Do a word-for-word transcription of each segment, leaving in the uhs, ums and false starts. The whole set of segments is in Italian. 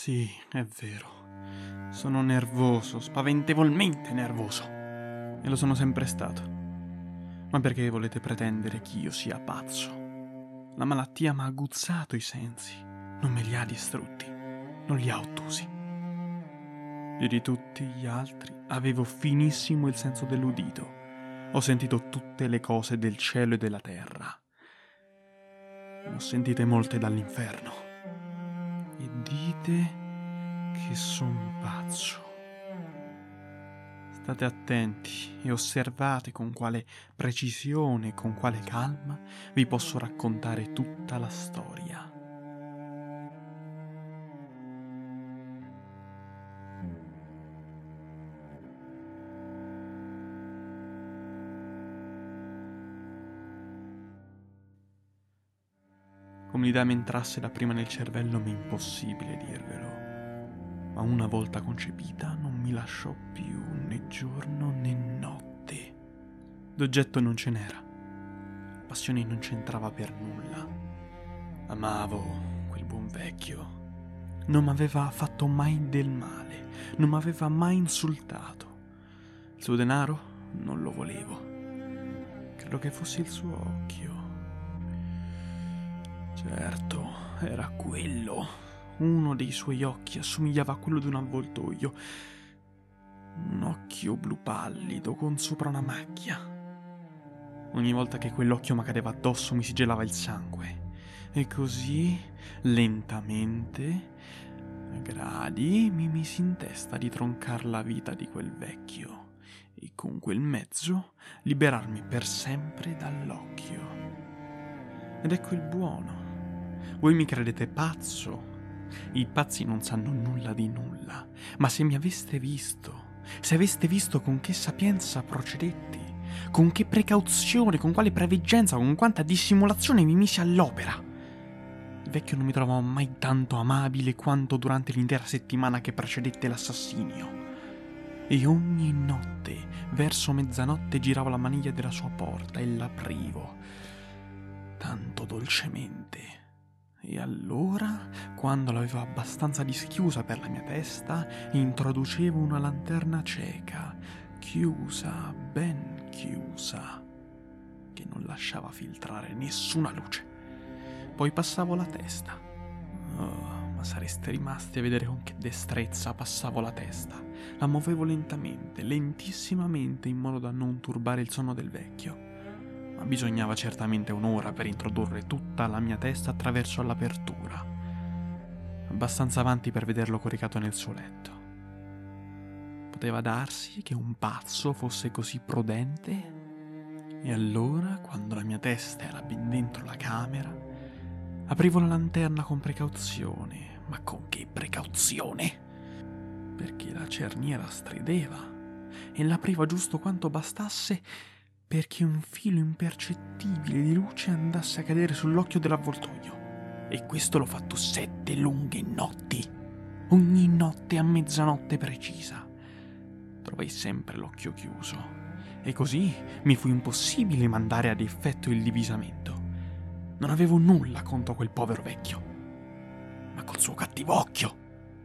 Sì, è vero. Sono nervoso, spaventevolmente nervoso. E lo sono sempre stato. Ma perché volete pretendere che io sia pazzo? La malattia mi ha aguzzato i sensi, non me li ha distrutti, non li ha ottusi. Più di tutti gli altri avevo finissimo il senso dell'udito. Ho sentito tutte le cose del cielo e della terra. Ne ho sentite molte dall'inferno. E dite che son pazzo. State attenti e osservate con quale precisione e con quale calma vi posso raccontare tutta la storia. Come l'idea mi entrasse dapprima nel cervello mi è impossibile dirvelo, ma una volta concepita non mi lasciò più né giorno né notte. D'oggetto non ce n'era, passione non c'entrava per nulla. Amavo quel buon vecchio. Non m'aveva fatto mai del male, non m'aveva mai insultato. Il suo denaro non lo volevo. Credo che fosse il suo occhio. Certo, era quello. Uno dei suoi occhi assomigliava a quello di un avvoltoio. Un occhio blu pallido con sopra una macchia. Ogni volta che quell'occhio mi cadeva addosso mi si gelava il sangue. E così, lentamente, a gradi, mi misi in testa di troncar la vita di quel vecchio e con quel mezzo liberarmi per sempre dall'occhio. Ed ecco il buono. Voi mi credete pazzo? I pazzi non sanno nulla di nulla, ma se mi aveste visto, se aveste visto con che sapienza procedetti, con che precauzione, con quale preveggenza, con quanta dissimulazione mi misi all'opera. Il vecchio non mi trovò mai tanto amabile quanto durante l'intera settimana che precedette l'assassinio. E ogni notte, verso mezzanotte, giravo la maniglia della sua porta e l'aprivo, tanto dolcemente. E allora, quando l'avevo abbastanza dischiusa per la mia testa, introducevo una lanterna cieca, chiusa, ben chiusa, che non lasciava filtrare nessuna luce. Poi passavo la testa. Oh, ma sareste rimasti a vedere con che destrezza passavo la testa. La muovevo lentamente, lentissimamente, in modo da non turbare il sonno del vecchio. Ma bisognava certamente un'ora per introdurre tutta la mia testa attraverso l'apertura, abbastanza avanti per vederlo coricato nel suo letto. Poteva darsi che un pazzo fosse così prudente? E allora, quando la mia testa era ben dentro la camera, aprivo la lanterna con precauzione. Ma con che precauzione? Perché la cerniera strideva e l'apriva giusto quanto bastasse perché un filo impercettibile di luce andasse a cadere sull'occhio dell'avvoltoio. E questo l'ho fatto sette lunghe notti. Ogni notte a mezzanotte precisa. Trovai sempre l'occhio chiuso. E così mi fu impossibile mandare ad effetto il divisamento. Non avevo nulla contro quel povero vecchio, ma col suo cattivo occhio.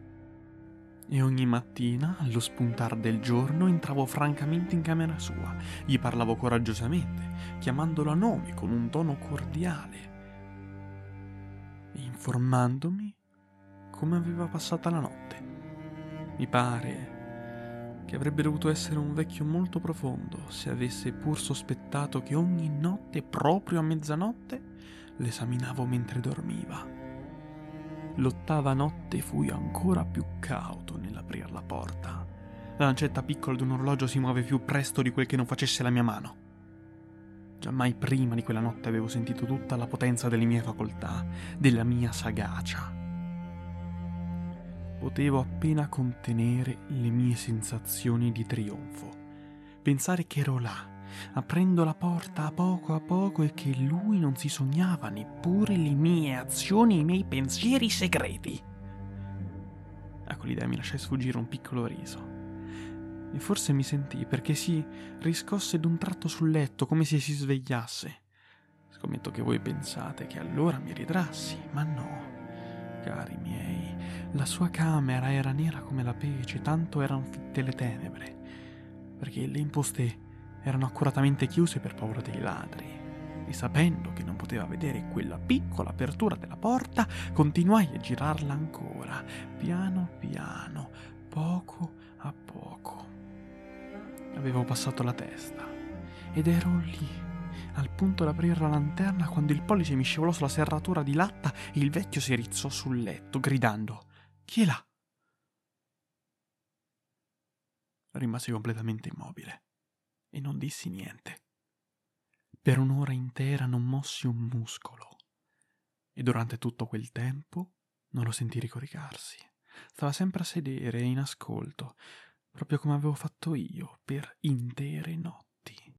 E ogni mattina, allo spuntar del giorno, entravo francamente in camera sua. Gli parlavo coraggiosamente, chiamandolo a nome con un tono cordiale e informandomi come aveva passata la notte. Mi pare che avrebbe dovuto essere un vecchio molto profondo se avesse pur sospettato che ogni notte, proprio a mezzanotte, l'esaminavo mentre dormiva. L'ottava notte fui ancora più cauto nell'aprir la porta. La lancetta piccola di un orologio si muove più presto di quel che non facesse la mia mano. Giammai prima di quella notte avevo sentito tutta la potenza delle mie facoltà, della mia sagacia. Potevo appena contenere le mie sensazioni di trionfo. Pensare che ero là, aprendo la porta a poco a poco e che lui non si sognava neppure le mie azioni e i miei pensieri segreti. A quell'idea mi lasciai sfuggire un piccolo riso. E forse mi sentì perché si riscosse d'un tratto sul letto come se si svegliasse. Scommetto che voi pensate che allora mi ritrassi, ma no. cari miei, la sua camera era nera come la pece, tanto erano fitte le tenebre, perché le imposte erano accuratamente chiuse per paura dei ladri. E sapendo che non poteva vedere quella piccola apertura della porta, continuai a girarla ancora, piano piano, poco a poco. Avevo passato la testa ed ero lì, al punto di aprire la lanterna, quando il pollice mi scivolò sulla serratura di latta e il vecchio si rizzò sul letto, gridando: «Chi è là?» Rimasi completamente immobile e non dissi niente. Per un'ora intera non mossi un muscolo e durante tutto quel tempo non lo sentii ricoricarsi. Stava sempre a sedere in ascolto, proprio come avevo fatto io per intere notti.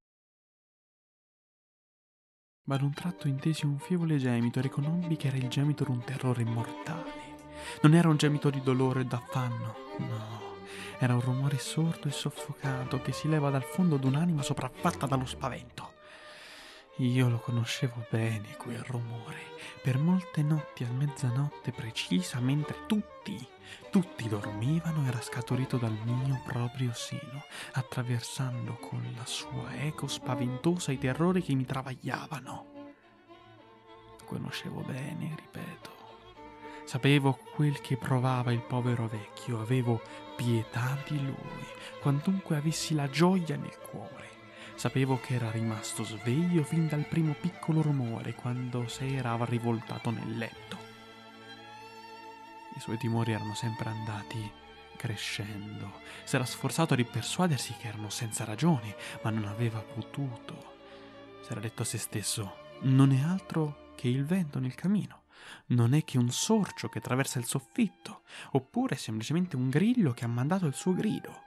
Ma ad un tratto intesi un fievole gemito e riconobbi che era il gemito d'un terrore mortale. Non era un gemito di dolore e d'affanno, no. Era un rumore sordo e soffocato che si leva dal fondo d'un'anima sopraffatta dallo spavento. Io lo conoscevo bene quel rumore. Per molte notti a mezzanotte precisa, mentre tutti, tutti dormivano, era scaturito dal mio proprio seno, attraversando con la sua eco spaventosa i terrori che mi travagliavano. Lo conoscevo bene, ripeto. Sapevo quel che provava il povero vecchio, avevo pietà di lui, quantunque avessi la gioia nel cuore. Sapevo che era rimasto sveglio fin dal primo piccolo rumore, quando si era rivoltato nel letto. I suoi timori erano sempre andati crescendo. S'era sforzato di persuadersi che erano senza ragione, ma non aveva potuto. S'era detto a se stesso: non è altro che il vento nel camino. Non è che un sorcio che attraversa il soffitto, oppure semplicemente un grillo che ha mandato il suo grido.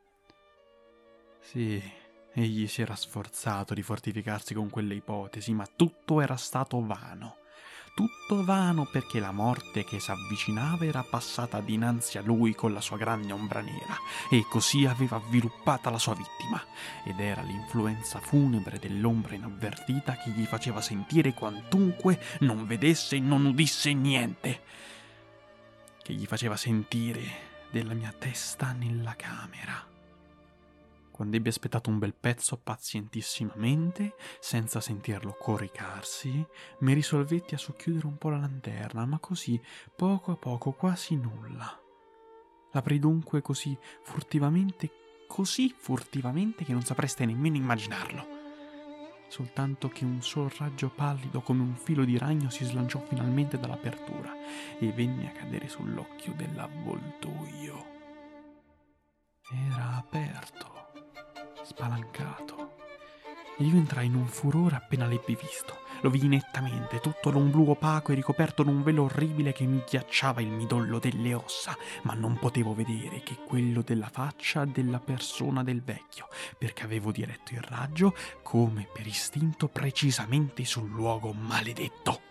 Sì, egli si era sforzato di fortificarsi con quelle ipotesi, ma tutto era stato vano. Tutto vano, perché la morte che s'avvicinava era passata dinanzi a lui con la sua grande ombra nera, e così aveva avviluppata la sua vittima, ed era l'influenza funebre dell'ombra inavvertita che gli faceva sentire quantunque non vedesse e non udisse niente, che gli faceva sentire della mia testa nella camera. Quando ebbi aspettato un bel pezzo pazientissimamente, senza sentirlo coricarsi, mi risolvetti a socchiudere un po' la lanterna, ma così, poco a poco, quasi nulla. L'aprii dunque così furtivamente, così furtivamente che non sapreste nemmeno immaginarlo. Soltanto che un sol raggio pallido come un filo di ragno si slanciò finalmente dall'apertura e venne a cadere sull'occhio dell'avvoltoio. Era aperto, spalancato, e io entrai in un furore appena l'ebbi visto. Lo vidi nettamente, tutto d'un blu opaco e ricoperto d'un velo orribile che mi ghiacciava il midollo delle ossa, ma non potevo vedere che quello della faccia della persona del vecchio, perché avevo diretto il raggio, come per istinto, precisamente sul luogo maledetto.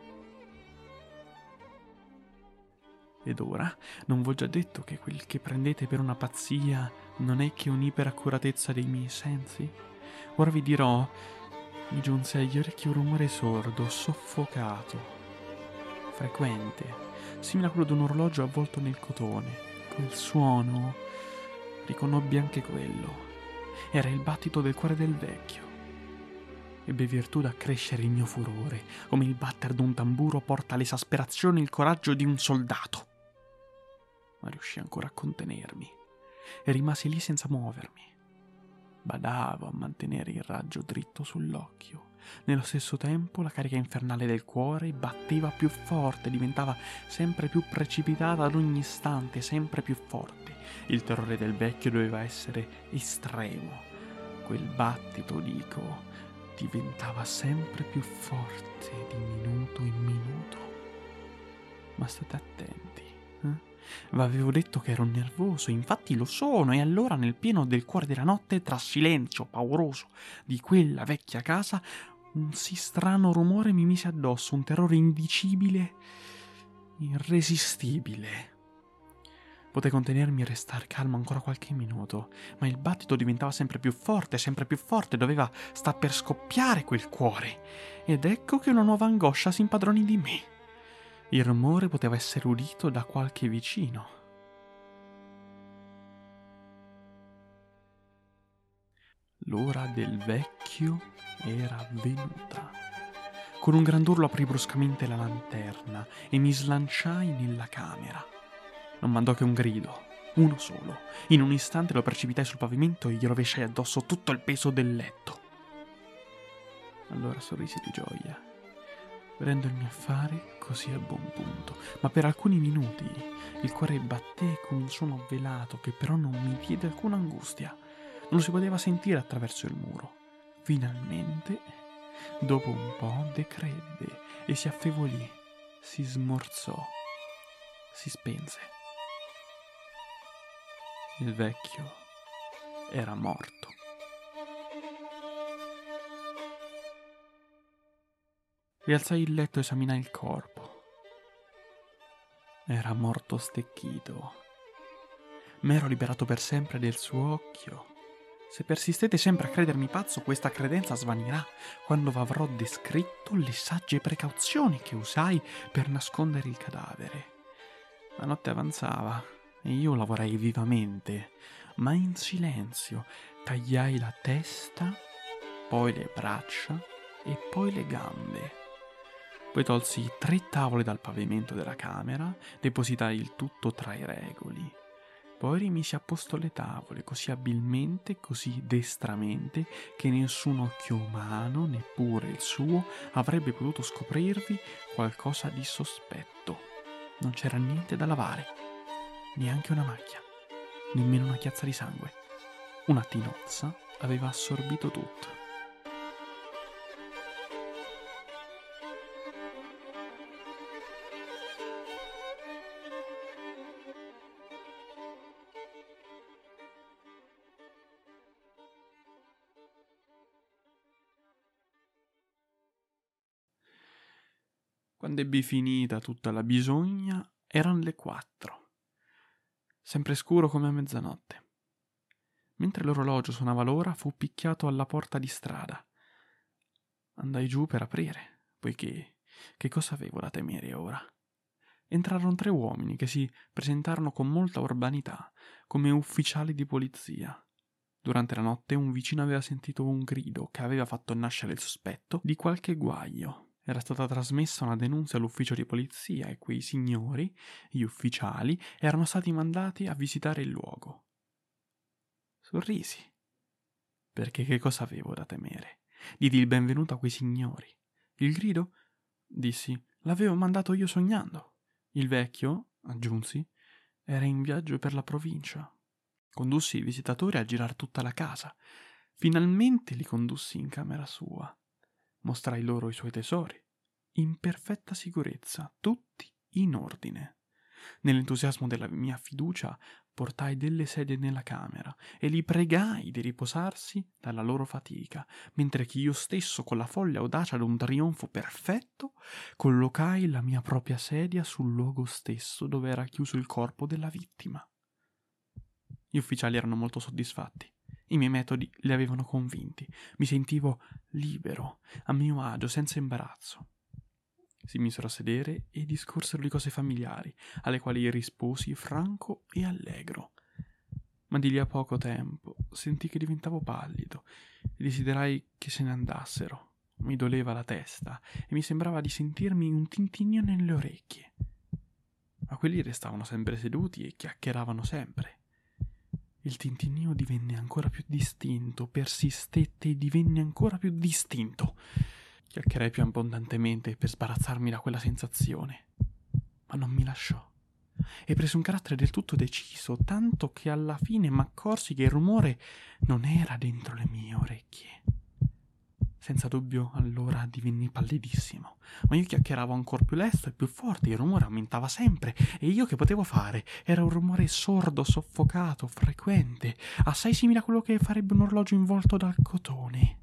Ed ora, non v'ho già detto che quel che prendete per una pazzia non è che un'iperaccuratezza dei miei sensi? Ora vi dirò, mi giunse agli orecchi un rumore sordo, soffocato, frequente, simile a quello d'un orologio avvolto nel cotone. Quel suono, riconobbi anche quello, era il battito del cuore del vecchio. Ebbe virtù d'accrescere il mio furore, come il batter d'un tamburo porta all'esasperazione il coraggio di un soldato. Ma riuscii ancora a contenermi e rimasi lì senza muovermi. Badavo a mantenere il raggio dritto sull'occhio. Nello stesso tempo la carica infernale del cuore batteva più forte, diventava sempre più precipitata ad ogni istante, sempre più forte. Il terrore del vecchio doveva essere estremo. Quel battito, dico, diventava sempre più forte di minuto in minuto. Ma state attenti, eh? V'avevo detto che ero nervoso, infatti lo sono, e allora nel pieno del cuore della notte, tra silenzio pauroso di quella vecchia casa, un sì strano rumore mi mise addosso, un terrore indicibile, irresistibile. Potei contenermi e restar calmo ancora qualche minuto, ma il battito diventava sempre più forte, sempre più forte, doveva sta per scoppiare quel cuore. Ed ecco che una nuova angoscia si impadronì di me. Il rumore poteva essere udito da qualche vicino. L'ora del vecchio era venuta. Con un grand'urlo aprì bruscamente la lanterna e mi slanciai nella camera. Non mandò che un grido, uno solo. In un istante lo precipitai sul pavimento e gli rovesciai addosso tutto il peso del letto. Allora sorrisi di gioia, vedendo il mio affare così a buon punto, ma per alcuni minuti il cuore batté con un suono velato che però non mi diede alcuna angustia. Non si poteva sentire attraverso il muro. Finalmente, dopo un po', decrebbe e si affievolì, si smorzò, si spense. Il vecchio era morto. Rialzai il letto e esaminai il corpo. Era morto stecchito. M'ero liberato per sempre del suo occhio. Se persistete sempre a credermi pazzo, questa credenza svanirà quando avrò descritto le sagge precauzioni che usai per nascondere il cadavere. La notte avanzava e io lavorai vivamente, ma in silenzio. Tagliai la testa, poi le braccia e poi le gambe. Poi tolsi tre tavole dal pavimento della camera, depositai il tutto tra i regoli. Poi rimisi a posto le tavole, così abilmente, così destramente, che nessun occhio umano, neppure il suo, avrebbe potuto scoprirvi qualcosa di sospetto. Non c'era niente da lavare, neanche una macchia, nemmeno una chiazza di sangue. Una tinozza aveva assorbito tutto. Quando ebbi finita tutta la bisogna, erano le quattro. Sempre scuro come a mezzanotte. Mentre l'orologio suonava l'ora, fu picchiato alla porta di strada. Andai giù per aprire, poiché che cosa avevo da temere ora? Entrarono tre uomini che si presentarono con molta urbanità, come ufficiali di polizia. Durante la notte un vicino aveva sentito un grido che aveva fatto nascere il sospetto di qualche guaio. Era stata trasmessa una denunzia all'ufficio di polizia e quei signori, gli ufficiali, erano stati mandati a visitare il luogo. Sorrisi, perché che cosa avevo da temere? Didi il benvenuto a quei signori. Il grido? Dissi, l'avevo mandato io sognando. Il vecchio, aggiunsi, era in viaggio per la provincia. Condussi i visitatori a girar tutta la casa. Finalmente li condussi in camera sua. Mostrai loro i suoi tesori, in perfetta sicurezza, tutti in ordine. Nell'entusiasmo della mia fiducia portai delle sedie nella camera e li pregai di riposarsi dalla loro fatica, mentre che io stesso, con la folle audacia d'un trionfo perfetto, collocai la mia propria sedia sul luogo stesso dove era chiuso il corpo della vittima. Gli ufficiali erano molto soddisfatti. I miei metodi li avevano convinti. Mi sentivo libero, a mio agio, senza imbarazzo. Si misero a sedere e discorsero di cose familiari, alle quali risposi franco e allegro. Ma di lì a poco tempo sentii che diventavo pallido e desiderai che se ne andassero. Mi doleva la testa e mi sembrava di sentirmi un tintinnio nelle orecchie. Ma quelli restavano sempre seduti e chiacchieravano sempre. Il tintinnio divenne ancora più distinto, persistette e divenne ancora più distinto. Chiacchierai più abbondantemente per sbarazzarmi da quella sensazione, ma non mi lasciò. E prese un carattere del tutto deciso, tanto che alla fine m'accorsi che il rumore non era dentro le mie orecchie. Senza dubbio allora divenni pallidissimo, ma io chiacchieravo ancor più lesto e più forte, il rumore aumentava sempre, e io che potevo fare? Era un rumore sordo, soffocato, frequente, assai simile a quello che farebbe un orologio involto dal cotone.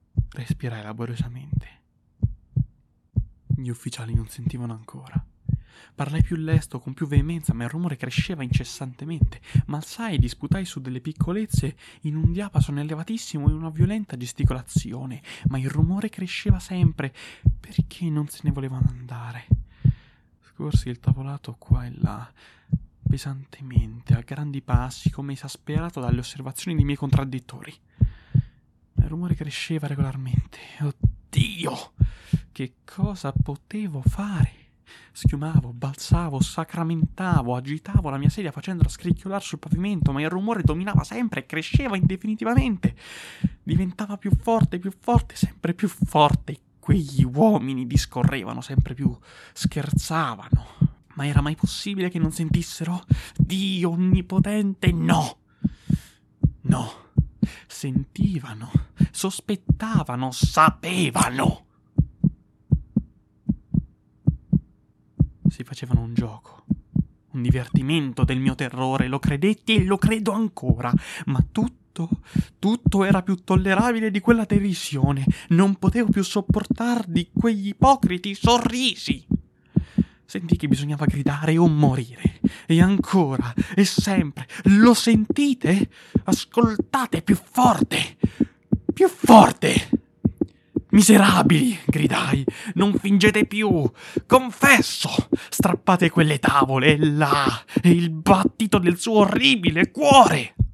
Respirai laboriosamente. Gli ufficiali non sentivano ancora. Parlai più lesto, con più veemenza, ma il rumore cresceva incessantemente. M'alzai e disputai su delle piccolezze in un diapason elevatissimo e una violenta gesticolazione, ma il rumore cresceva sempre, perché non se ne volevano andare. Scorsi il tavolato qua e là, pesantemente, a grandi passi, come esasperato dalle osservazioni dei miei contraddittori. Ma il rumore cresceva regolarmente. Oddio! Che cosa potevo fare? Schiumavo, balzavo, sacramentavo, agitavo la mia sedia facendola scricchiolare sul pavimento, ma il rumore dominava sempre e cresceva indefinitivamente. Diventava più forte, più forte, sempre più forte. Quegli uomini discorrevano sempre più, scherzavano. Ma era mai possibile che non sentissero? Dio onnipotente, no! No! Sentivano, sospettavano, sapevano! Si facevano un gioco, un divertimento del mio terrore, lo credetti e lo credo ancora, ma tutto, tutto era più tollerabile di quella derisione, non potevo più sopportar di quegli ipocriti sorrisi. Sentì che bisognava gridare o morire, e ancora, e sempre, lo sentite? Ascoltate più forte, più forte! Miserabili, gridai, non fingete più, confesso, strappate quelle tavole e là, e il battito del suo orribile cuore.